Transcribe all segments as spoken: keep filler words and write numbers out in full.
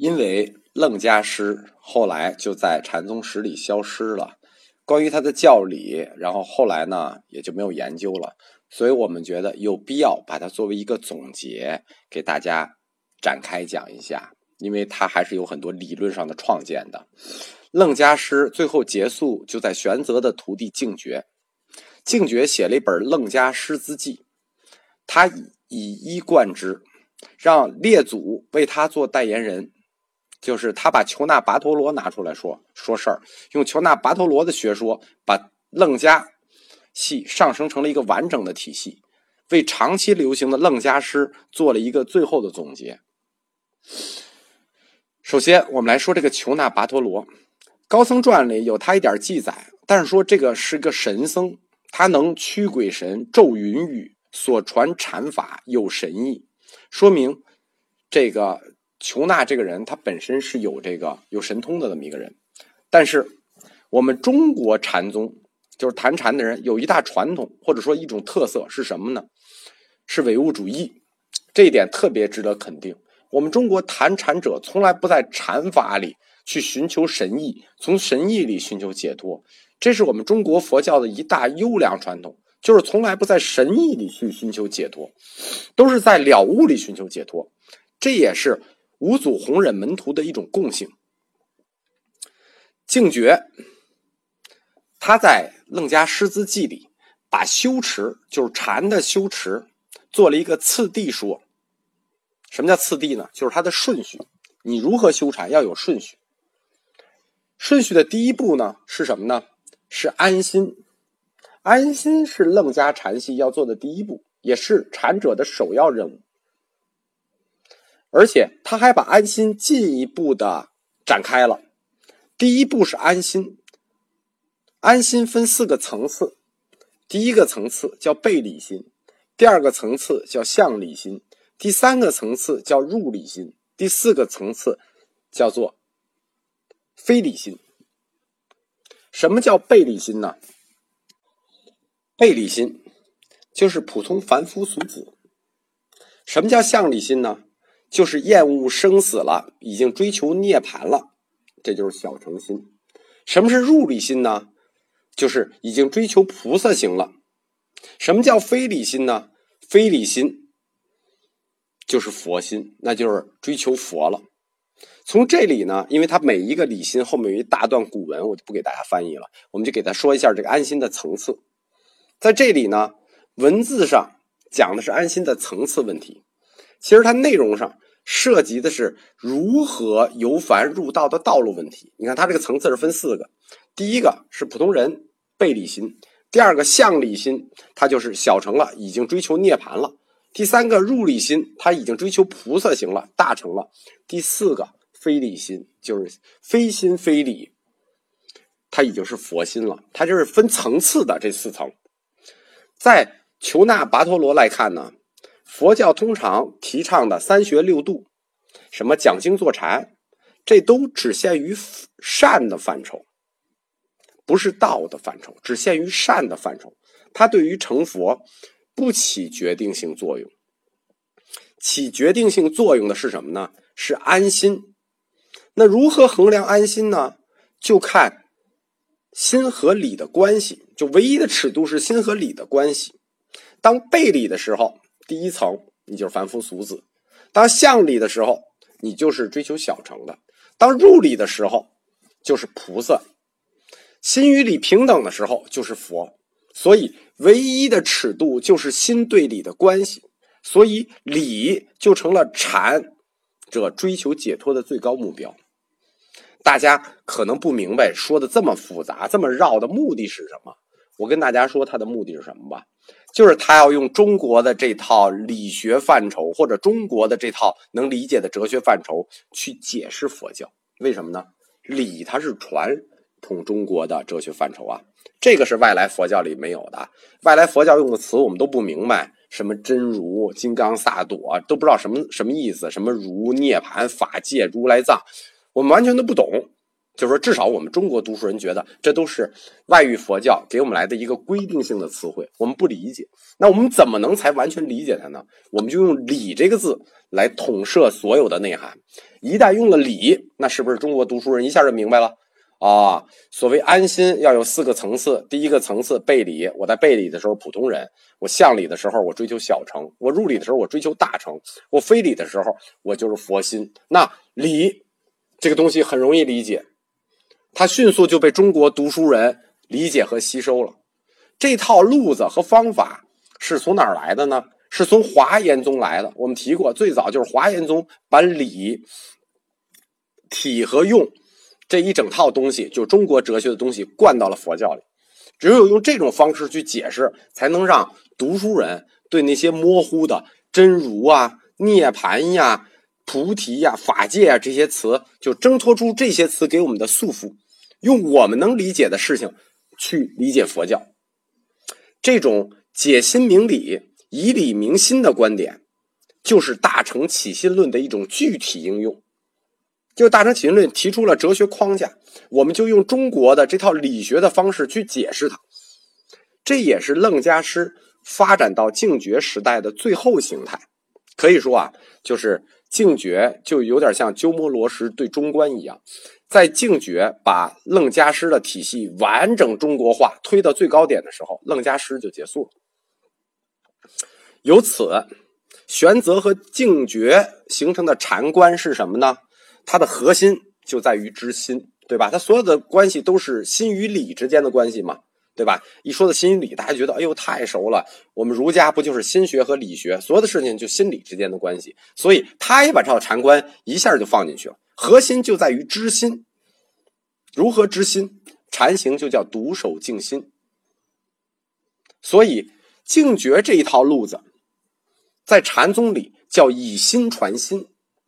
因为楞伽师后来就在禅宗史里消失了，关于他的教理，然后后来呢也就没有研究了，所以我们觉得有必要把它作为一个总结给大家展开讲一下，因为它还是有很多理论上的创建的。楞伽师最后结束就在玄泽的徒弟净觉，净觉写了一本《楞伽师资记》，他以一贯之，让列祖为他做代言人，就是他把求那跋陀罗拿出来说说事儿，用求那跋陀罗的学说把楞伽系上升成了一个完整的体系，为长期流行的楞伽师做了一个最后的总结。首先我们来说这个求那跋陀罗，高僧传里有他一点记载，但是说这个是个神僧，他能驱鬼神，咒云雨，所传禅法有神意，说明这个求那这个人他本身是有这个有神通的这么一个人。但是我们中国禅宗就是谈禅的人有一大传统，或者说一种特色是什么呢？是唯物主义，这一点特别值得肯定。我们中国谈禅者从来不在禅法里去寻求神意，从神意里寻求解脱，这是我们中国佛教的一大优良传统，就是从来不在神意里去寻求解脱，都是在了悟里寻求解脱，这也是五祖弘忍门徒的一种共性。净觉他在《楞伽师资记》里把修持，就是禅的修持做了一个次第说。什么叫次第呢？就是它的顺序，你如何修禅要有顺序。顺序的第一步呢是什么呢？是安心。安心是楞伽禅系要做的第一步，也是禅者的首要任务。而且他还把安心进一步的展开了。第一步是安心，安心分四个层次，第一个层次叫背理心，第二个层次叫向理心，第三个层次叫入理心，第四个层次叫做非理心。什么叫背理心呢？背理心就是普通凡夫俗子。什么叫向理心呢？就是厌恶生死了，已经追求涅槃了，这就是小乘心。什么是入理心呢？就是已经追求菩萨行了。什么叫非理心呢？非理心就是佛心，那就是追求佛了。从这里呢，因为它每一个理心后面有一大段古文，我就不给大家翻译了，我们就给他说一下这个安心的层次。在这里呢，文字上讲的是安心的层次问题，其实它内容上涉及的是如何由凡入道的道路问题。你看它这个层次是分四个，第一个是普通人背理心，第二个向理心，它就是小乘了，已经追求涅槃了，第三个入理心，他已经追求菩萨行了，大成了，第四个非理心，就是非心非理，他已经是佛心了。它就是分层次的这四层。在求那跋陀罗来看呢，佛教通常提倡的三学六度，什么讲经坐禅，这都只限于善的范畴，不是道的范畴，只限于善的范畴。它对于成佛不起决定性作用。起决定性作用的是什么呢？是安心。那如何衡量安心呢？就看心和理的关系，就唯一的尺度是心和理的关系。当背理的时候，第一层你就是凡夫俗子；当向理的时候，你就是追求小乘的；当入理的时候，就是菩萨；心与理平等的时候，就是佛。所以唯一的尺度就是心对理的关系，所以理就成了禅者追求解脱的最高目标。大家可能不明白说的这么复杂这么绕的目的是什么，我跟大家说他的目的是什么吧，就是他要用中国的这套理学范畴，或者中国的这套能理解的哲学范畴去解释佛教。为什么呢？理它是传统中国的哲学范畴啊，这个是外来佛教里没有的。外来佛教用的词我们都不明白，什么真如、金刚萨埵都不知道什么什么意思，什么如、涅槃、法界、如来藏，我们完全都不懂。就是说至少我们中国读书人觉得这都是外域佛教给我们来的一个规定性的词汇，我们不理解。那我们怎么能才完全理解它呢？我们就用理这个字来统摄所有的内涵， 一旦用了礼，那是不是中国读书人一下就明白了啊？所谓安心要有四个层次，第一个层次背礼，我在背礼的时候普通人，我向礼的时候我追求小乘，我入礼的时候我追求大乘，我非礼的时候我就是佛心。那礼这个东西很容易理解，它迅速就被中国读书人理解和吸收了。这套路子和方法是从哪儿来的呢？是从华严宗来的。我们提过，最早就是华严宗把理、体和用这一整套东西，就中国哲学的东西灌到了佛教里。只有用这种方式去解释，才能让读书人对那些模糊的真如啊、涅槃呀、菩提呀、法界啊这些词，就挣脱出这些词给我们的束缚，用我们能理解的事情去理解佛教。这种解心明理、以理明心的观点，就是大乘起心论的一种具体应用。就大乘起心论提出了哲学框架，我们就用中国的这套理学的方式去解释它。这也是楞伽师发展到净觉时代的最后形态。可以说啊，就是净觉就有点像鸠摩罗什对中观一样，在净觉把楞伽师的体系完整中国化推到最高点的时候，楞伽师就结束了。由此，玄泽和净觉形成的禅观是什么呢？它的核心就在于知心，对吧？它所有的关系都是心与理之间的关系嘛，对吧？一说到心与理，大家觉得哎呦太熟了，我们儒家不就是心学和理学，所有的事情就心理之间的关系，所以他也把这套禅观一下就放进去了。核心就在于知心，如何知心？禅行就叫独守静心。所以净觉这一套路子，在禅宗里叫以心传心，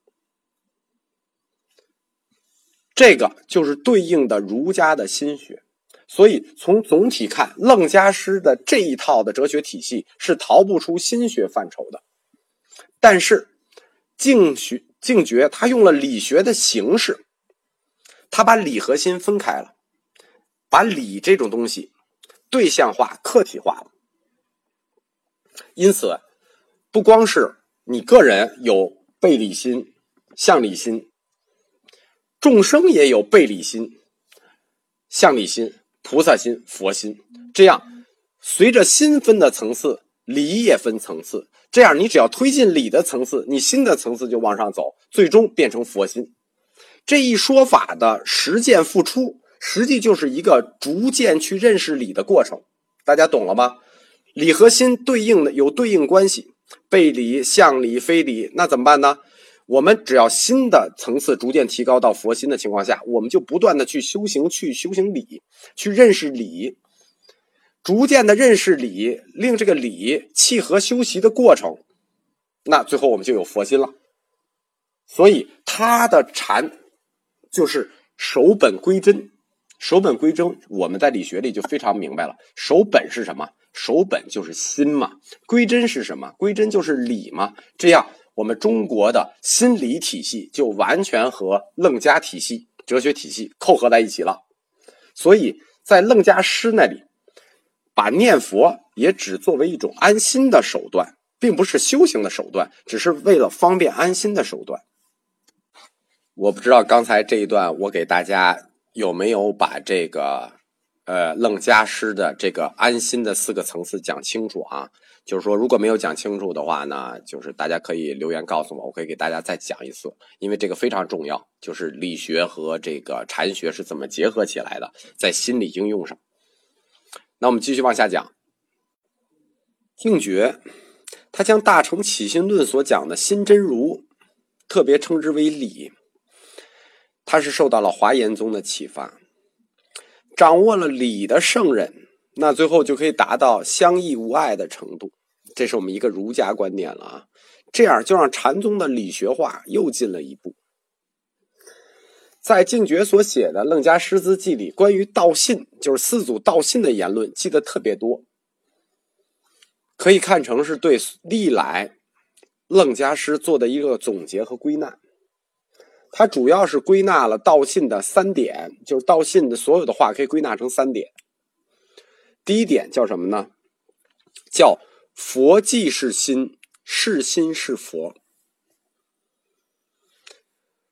这个就是对应的儒家的心学。所以从总体看，楞伽师的这一套的哲学体系是逃不出心学范畴的。但是净学净觉他用了理学的形式，他把理和心分开了，把理这种东西对象化、客体化了。因此不光是你个人有背理心、向理心，众生也有背理心、向理心、菩萨心、佛心。这样随着心分的层次，理也分层次，这样你只要推进理的层次，你心的层次就往上走，最终变成佛心。这一说法的实践付出，实际就是一个逐渐去认识理的过程。大家懂了吗？理和心对应的有对应关系，背理、向理、非理，那怎么办呢？我们只要心的层次逐渐提高到佛心的情况下，我们就不断的去修行，去修行理，去认识理，逐渐的认识理，令这个理契合修习的过程，那最后我们就有佛心了。所以他的禅就是守本归真。守本归真，我们在理学里就非常明白了。守本是什么？守本就是心嘛。归真是什么？归真就是理嘛。这样我们中国的心理体系就完全和楞伽体系、哲学体系扣合在一起了。所以在楞伽师那里，把念佛也只作为一种安心的手段，并不是修行的手段，只是为了方便安心的手段。我不知道刚才这一段我给大家有没有把这个呃楞伽师的这个安心的四个层次讲清楚啊？就是说如果没有讲清楚的话呢，就是大家可以留言告诉我，我可以给大家再讲一次，因为这个非常重要，就是理学和这个禅学是怎么结合起来的，在心理应用上。那我们继续往下讲。净觉他将大乘起心论所讲的心真如特别称之为理，他是受到了华严宗的启发，掌握了理的圣人，那最后就可以达到相异无碍的程度。这是我们一个儒家观念了啊，这样就让禅宗的理学化又进了一步。在净觉所写的《楞伽师资记》里，关于道信，就是四祖道信的言论记得特别多，可以看成是对历来楞伽师做的一个总结和归纳。它主要是归纳了道信的三点，就是道信的所有的话可以归纳成三点。第一点叫什么呢？叫佛即是心，是心是佛。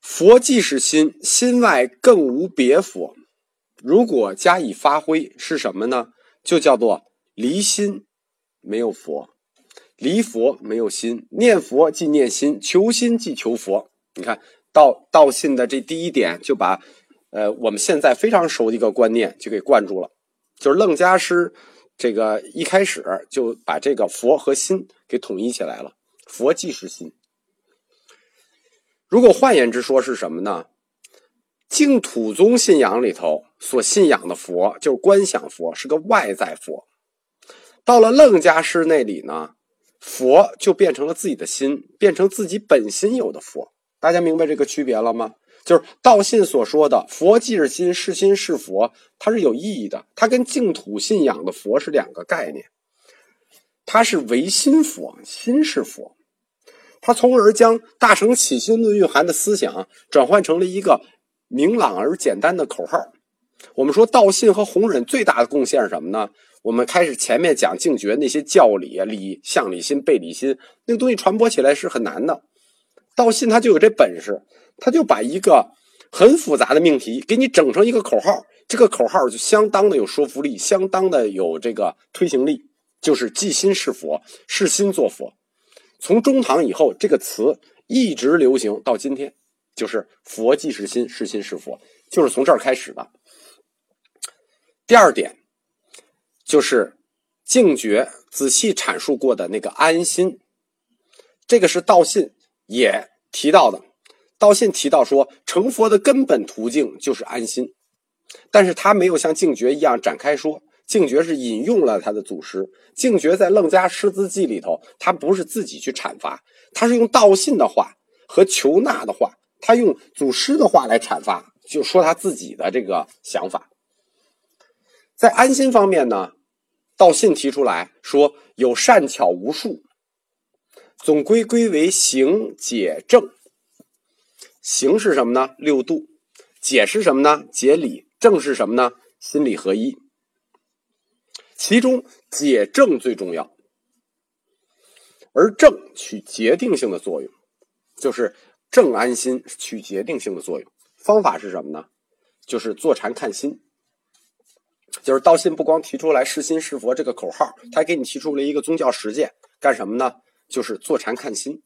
佛即是心，心外更无别佛。如果加以发挥是什么呢？就叫做离心没有佛，离佛没有心，念佛即念心，求心即求佛。你看道道信的这第一点就把呃我们现在非常熟的一个观念就给灌住了，就是楞伽师这个一开始就把这个佛和心给统一起来了，佛即是心。如果换言之说是什么呢？净土宗信仰里头所信仰的佛就是观想佛，是个外在佛。到了楞伽师那里呢，佛就变成了自己的心，变成自己本心有的佛。大家明白这个区别了吗？就是道信所说的佛即是心，是心是佛，它是有意义的，它跟净土信仰的佛是两个概念。它是唯心佛，心是佛，它从而将大乘起心论蕴含的思想转换成了一个明朗而简单的口号。我们说道信和弘忍最大的贡献是什么呢？我们开始前面讲净觉那些教理啊，理相理心背理心，那个东西传播起来是很难的。道信他就有这本事，他就把一个很复杂的命题给你整成一个口号，这个口号就相当的有说服力，相当的有这个推行力，就是即心是佛，是心作佛。从中唐以后，这个词一直流行到今天，就是佛即是心，是心是佛，就是从这儿开始的。第二点就是净觉仔细阐述过的那个安心，这个是道信也提到的。道信提到说成佛的根本途径就是安心，但是他没有像净觉一样展开说，净觉是引用了他的祖师。净觉在楞伽师资记里头，他不是自己去阐发，他是用道信的话和求那的话，他用祖师的话来阐发，就说他自己的这个想法。在安心方面呢，道信提出来说有善巧无数，总归归为行解正。行是什么呢？六度。解是什么呢？解理。正是什么呢？心理合一。其中解正最重要，而正起决定性的作用，就是正安心起决定性的作用。方法是什么呢？就是坐禅看心。就是道信不光提出来是心是佛这个口号，他还给你提出了一个宗教实践，干什么呢？就是坐禅看心。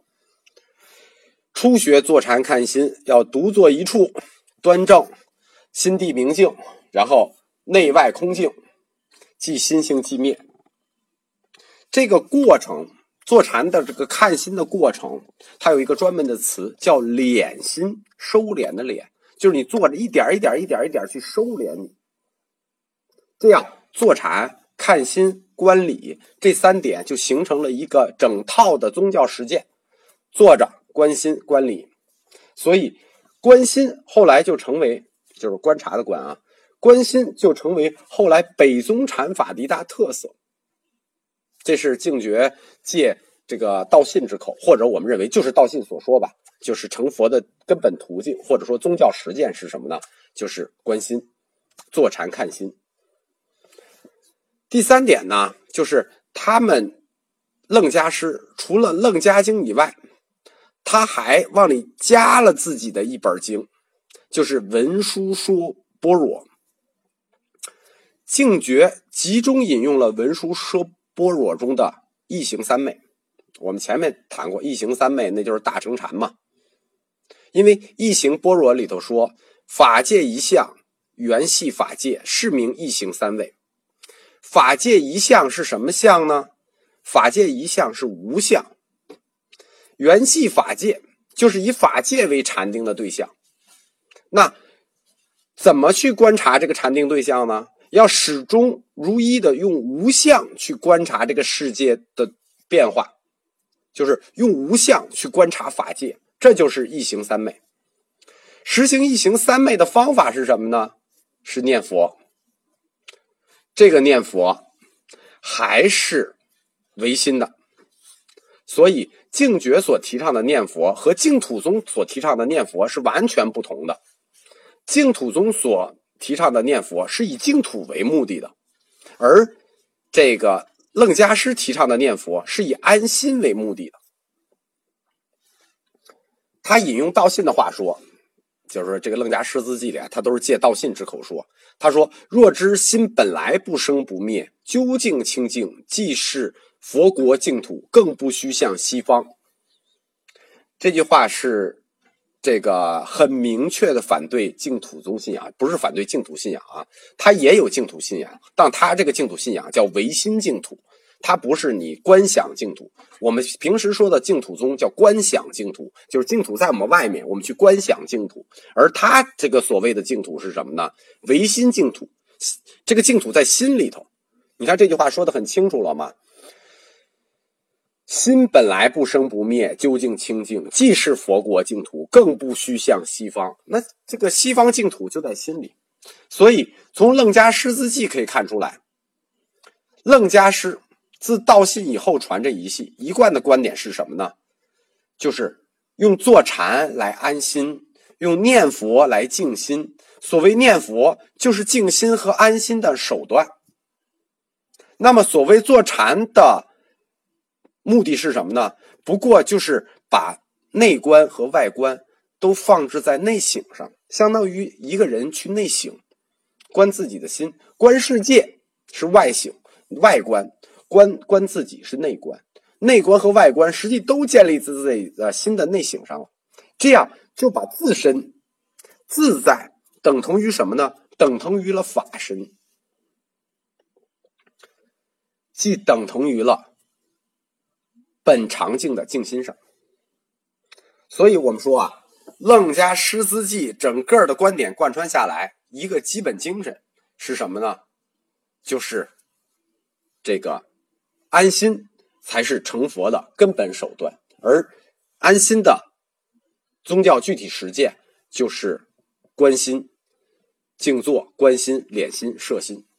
初学坐禅看心，要独坐一处，端正，心地明净，然后内外空净，即心性即灭。这个过程，坐禅的这个看心的过程，它有一个专门的词叫敛心，收敛的敛，就是你坐着一点一点一点一点去收敛你。这样坐禅、看心、观理这三点就形成了一个整套的宗教实践。坐着观心观理，所以观心后来就成为，就是观察的观啊，观心就成为后来北宗禅法的一大特色。这是净觉借这个道信之口，或者我们认为就是道信所说吧，就是成佛的根本途径，或者说宗教实践是什么呢？就是观心，坐禅看心。第三点呢，就是他们楞伽师除了楞伽经以外，他还往里加了自己的一本经，就是文殊说般若。净觉集中引用了文殊说般若中的一行三昧。我们前面谈过一行三昧，那就是大乘禅嘛。因为一行般若里头说法界一相，缘系法界，是名一行三昧。法界一相是什么相呢？法界一相是无相。缘系法界就是以法界为禅定的对象。那怎么去观察这个禅定对象呢？要始终如一的用无相去观察这个世界的变化，就是用无相去观察法界，这就是一行三昧。实行一行三昧的方法是什么呢？是念佛。这个念佛还是唯心的，所以净觉所提倡的念佛和净土宗所提倡的念佛是完全不同的。净土宗所提倡的念佛是以净土为目的的，而这个楞伽师提倡的念佛是以安心为目的的。 他引用道信的话说，就是说这个《楞伽师资记》里啊，他都是借道信之口说。他说：“若知心本来不生不灭，究竟清净，即是佛国净土，更不须向西方。”这句话是这个很明确的反对净土宗信仰，不是反对净土信仰啊，他也有净土信仰，但他这个净土信仰叫唯心净土，它不是你观想净土。我们平时说的净土宗叫观想净土，就是净土在我们外面，我们去观想净土。而他这个所谓的净土是什么呢？唯心净土，这个净土在心里头。你看这句话说得很清楚了吗？心本来不生不灭，究竟清净，既是佛国净土，更不须向西方。那这个西方净土就在心里。所以从《楞伽师资记》可以看出来，楞伽师自道信以后传这一系，一贯的观点是什么呢？就是用坐禅来安心，用念佛来静心。所谓念佛，就是静心和安心的手段。那么所谓坐禅的目的是什么呢？不过就是把内观和外观都放置在内省上，相当于一个人去内省，观自己的心。观世界是外省外观，观观自己是内观。内观和外观实际都建立在自己的心的内省上了，这样就把自身自在等同于什么呢？等同于了法身，即等同于了本常净的静心上。所以我们说啊，楞伽师资记整个的观点贯穿下来，一个基本精神是什么呢？就是这个安心才是成佛的根本手段，而安心的宗教具体实践就是观心、静坐、观心、敛心、摄心。